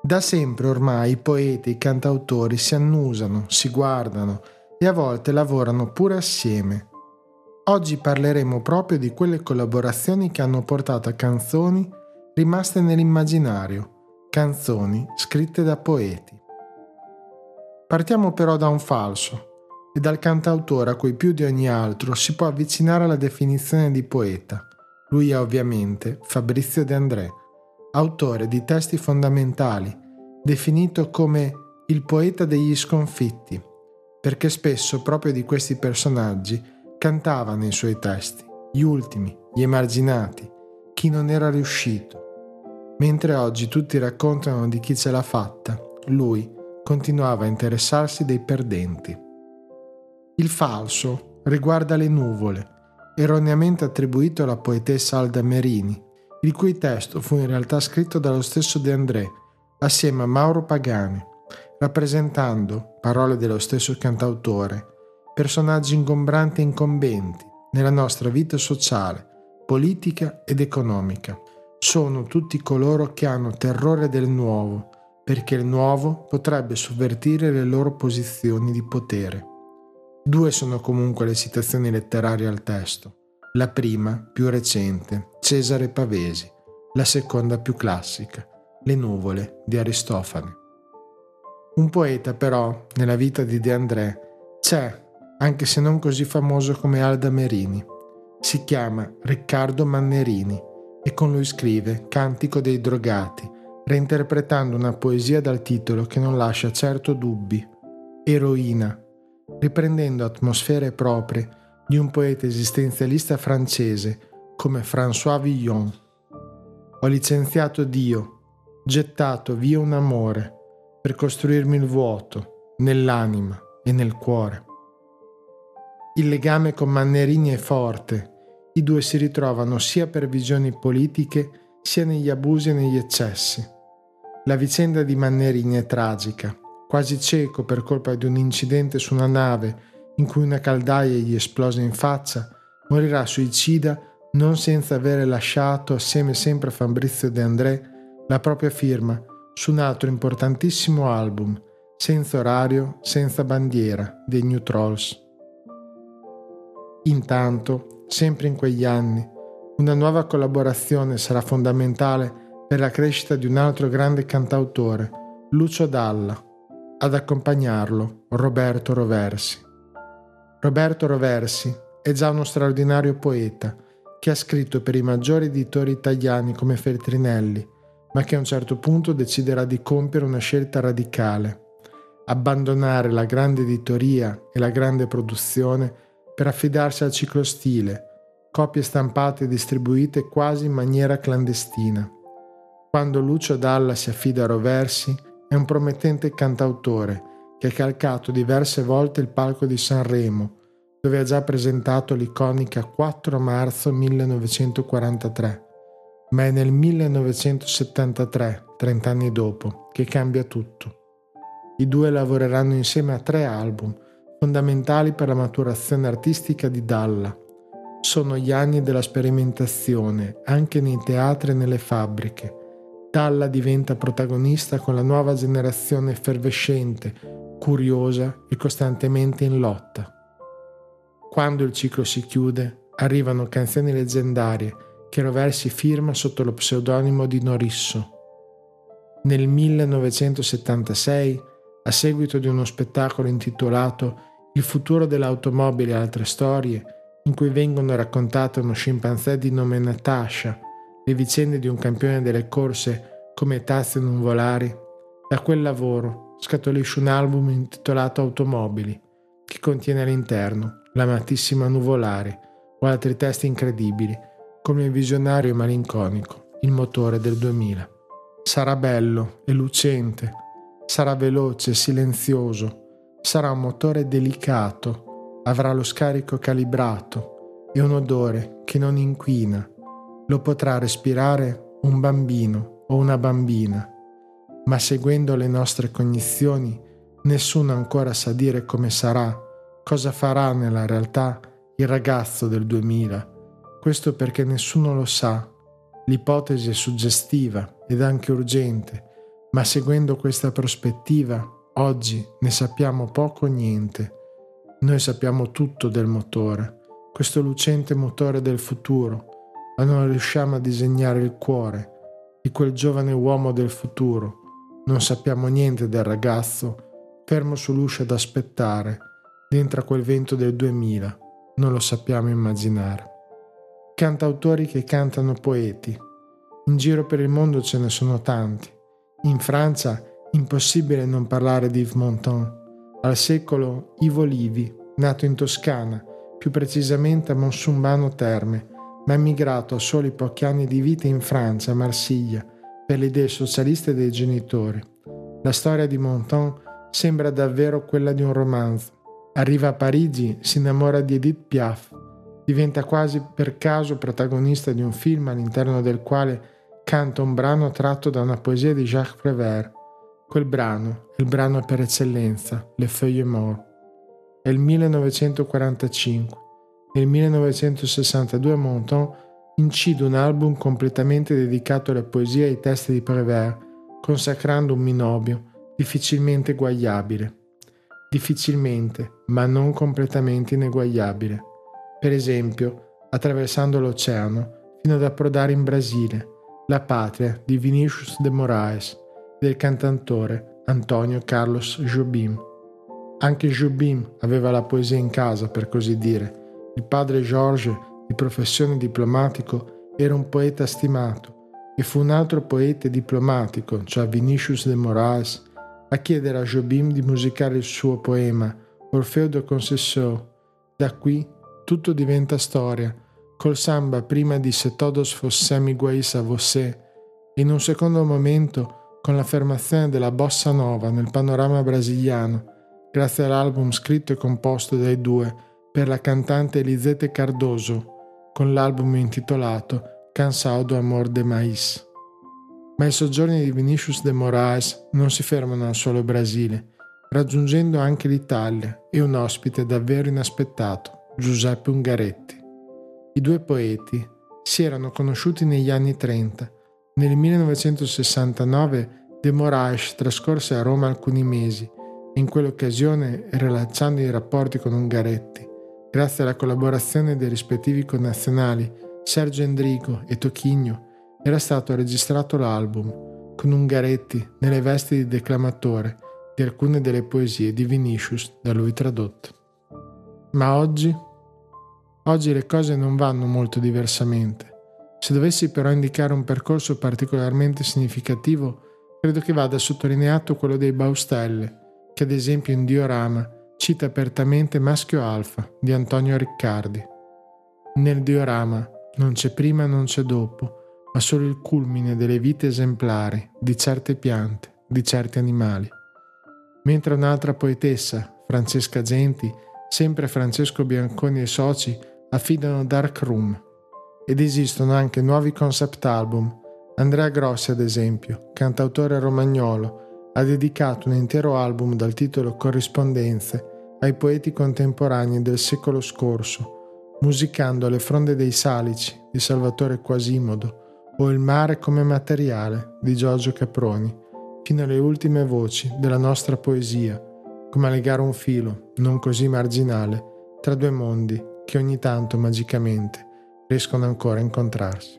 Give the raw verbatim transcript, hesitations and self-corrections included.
Da sempre ormai i poeti e i cantautori si annusano, si guardano e a volte lavorano pure assieme. Oggi parleremo proprio di quelle collaborazioni che hanno portato a canzoni rimaste nell'immaginario, canzoni scritte da poeti. Partiamo però da un falso e dal cantautore a cui più di ogni altro si può avvicinare alla definizione di poeta. Lui è ovviamente Fabrizio De André, autore di testi fondamentali, definito come il poeta degli sconfitti, perché spesso proprio di questi personaggi cantava nei suoi testi, gli ultimi, gli emarginati, chi non era riuscito. Mentre oggi tutti raccontano di chi ce l'ha fatta, lui continuava a interessarsi dei perdenti. Il falso riguarda le nuvole, erroneamente attribuito alla poetessa Alda Merini, il cui testo fu in realtà scritto dallo stesso De André, assieme a Mauro Pagani, rappresentando, parole dello stesso cantautore, personaggi ingombranti e incombenti nella nostra vita sociale, politica ed economica. Sono tutti coloro che hanno terrore del nuovo, perché il nuovo potrebbe sovvertire le loro posizioni di potere. Due sono comunque le citazioni letterarie al testo. La prima, più recente, Cesare Pavesi, la seconda più classica, Le nuvole di Aristofane. Un poeta però, nella vita di De André, c'è, anche se non così famoso come Alda Merini. Si chiama Riccardo Mannerini e con lui scrive Cantico dei drogati, reinterpretando una poesia dal titolo che non lascia certo dubbi, Eroina, riprendendo atmosfere proprie di un poeta esistenzialista francese come François Villon. Ho licenziato Dio, gettato via un amore per costruirmi il vuoto nell'anima e nel cuore. Il legame con Mannerini è forte, i due si ritrovano sia per visioni politiche sia negli abusi e negli eccessi. La vicenda di Mannerini è tragica, quasi cieco per colpa di un incidente su una nave in cui una caldaia gli esplose in faccia, morirà suicida non senza avere lasciato, assieme sempre a Fabrizio De André, la propria firma su un altro importantissimo album, Senza orario, senza bandiera, dei New Trolls. Intanto, sempre in quegli anni, una nuova collaborazione sarà fondamentale per la crescita di un altro grande cantautore, Lucio Dalla. Ad accompagnarlo, Roberto Roversi. Roberto Roversi è già uno straordinario poeta che ha scritto per i maggiori editori italiani come Feltrinelli, ma che a un certo punto deciderà di compiere una scelta radicale, abbandonare la grande editoria e la grande produzione per affidarsi al ciclostile, copie stampate e distribuite quasi in maniera clandestina. Quando Lucio Dalla si affida a Roversi, è un promettente cantautore che ha calcato diverse volte il palco di Sanremo, dove ha già presentato l'iconica quattro marzo millenovecentoquarantatré, ma è nel millenovecentosettantatré, trent'anni dopo, che cambia tutto. I due lavoreranno insieme a tre album, fondamentali per la maturazione artistica di Dalla. Sono gli anni della sperimentazione, anche nei teatri e nelle fabbriche. Dalla diventa protagonista con la nuova generazione effervescente, curiosa e costantemente in lotta. Quando il ciclo si chiude, arrivano canzoni leggendarie che Roversi firma sotto lo pseudonimo di Norisso. Nel millenovecentosettantasei, a seguito di uno spettacolo intitolato Il futuro dell'automobile e altre storie, in cui vengono raccontate uno scimpanzé di nome Natasha, le vicende di un campione delle corse come Tazio Nuvolari, da quel lavoro scaturisce un album intitolato Automobili, che contiene all'interno L'amatissima Nuvolari o altri testi incredibili, come il visionario e malinconico Il motore del duemila. Sarà bello e lucente, sarà veloce e silenzioso, sarà un motore delicato, avrà lo scarico calibrato e un odore che non inquina. Lo potrà respirare un bambino o una bambina, ma seguendo le nostre cognizioni, nessuno ancora sa dire come sarà, cosa farà nella realtà il ragazzo del duemila. Questo perché nessuno lo sa. L'ipotesi è suggestiva ed anche urgente, Ma seguendo questa prospettiva, oggi ne sappiamo poco o niente. Noi sappiamo tutto del motore, questo lucente motore del futuro, ma non riusciamo a disegnare il cuore di quel giovane uomo del futuro. Non sappiamo niente del ragazzo fermo sull'uscio ad aspettare, dentro a quel vento del duemila. Non lo sappiamo immaginare. Cantautori che cantano poeti. In giro per il mondo ce ne sono tanti. In Francia, impossibile non parlare di Yves Montand. Al secolo Ivo Livi, nato in Toscana, più precisamente a Monsumbano Terme, ma emigrato a soli pochi anni di vita in Francia, a Marsiglia, per le idee socialiste dei genitori. La storia di Montand sembra davvero quella di un romanzo. Arriva a Parigi, si innamora di Edith Piaf, diventa quasi per caso protagonista di un film all'interno del quale canta un brano tratto da una poesia di Jacques Prévert. Quel brano è il brano per eccellenza, Les Feuilles Mortes. È il millenovecentoquarantacinque. Nel millenovecentosessantadue Montand incide un album completamente dedicato alle poesie e ai testi di Prévert, consacrando un minobio difficilmente eguagliabile. Difficilmente, ma non completamente ineguagliabile. Per esempio, attraversando l'oceano fino ad approdare in Brasile, la patria di Vinícius de Moraes, del cantautore Antonio Carlos Jobim. Anche Jobim aveva la poesia in casa, per così dire. Il padre Georges, di professione diplomatico, era un poeta stimato e fu un altro poeta diplomatico, cioè Vinícius de Moraes, a chiedere a Jobim di musicare il suo poema Orfeo de Conceição. Da qui tutto diventa storia, col samba prima di Se todos fossem iguais a você e in un secondo momento con l'affermazione della bossa nova nel panorama brasiliano, grazie all'album scritto e composto dai due per la cantante Elisete Cardoso, con l'album intitolato Cansado do Amor de Maíz. Ma i soggiorni di Vinícius de Moraes non si fermano al solo Brasile, raggiungendo anche l'Italia e un ospite davvero inaspettato, Giuseppe Ungaretti. I due poeti si erano conosciuti negli anni trenta. Nel millenovecentosessantanove de Moraes trascorse a Roma alcuni mesi e in quell'occasione, riallacciando i rapporti con Ungaretti, grazie alla collaborazione dei rispettivi connazionali Sergio Endrigo e Toquinho, era stato registrato l'album, con Ungaretti nelle vesti di declamatore di alcune delle poesie di Vinícius da lui tradotte. Ma oggi? Oggi le cose non vanno molto diversamente. Se dovessi però indicare un percorso particolarmente significativo, credo che vada sottolineato quello dei Baustelle, che ad esempio in Diorama cita apertamente Maschio Alfa di Antonio Riccardi. Nel diorama non c'è prima, non c'è dopo, ma solo il culmine delle vite esemplari di certe piante, di certi animali. Mentre un'altra poetessa, Francesca Genti, sempre Francesco Bianconi e soci, affidano Dark Room. Ed esistono anche nuovi concept album. Andrea Grossi, ad esempio, cantautore romagnolo, ha dedicato un intero album dal titolo Corrispondenze ai poeti contemporanei del secolo scorso, musicando Le fronde dei salici di Salvatore Quasimodo o Il mare come materiale di Giorgio Caproni, fino alle ultime voci della nostra poesia, come a legare un filo, non così marginale, tra due mondi che ogni tanto magicamente riescono ancora a incontrarsi.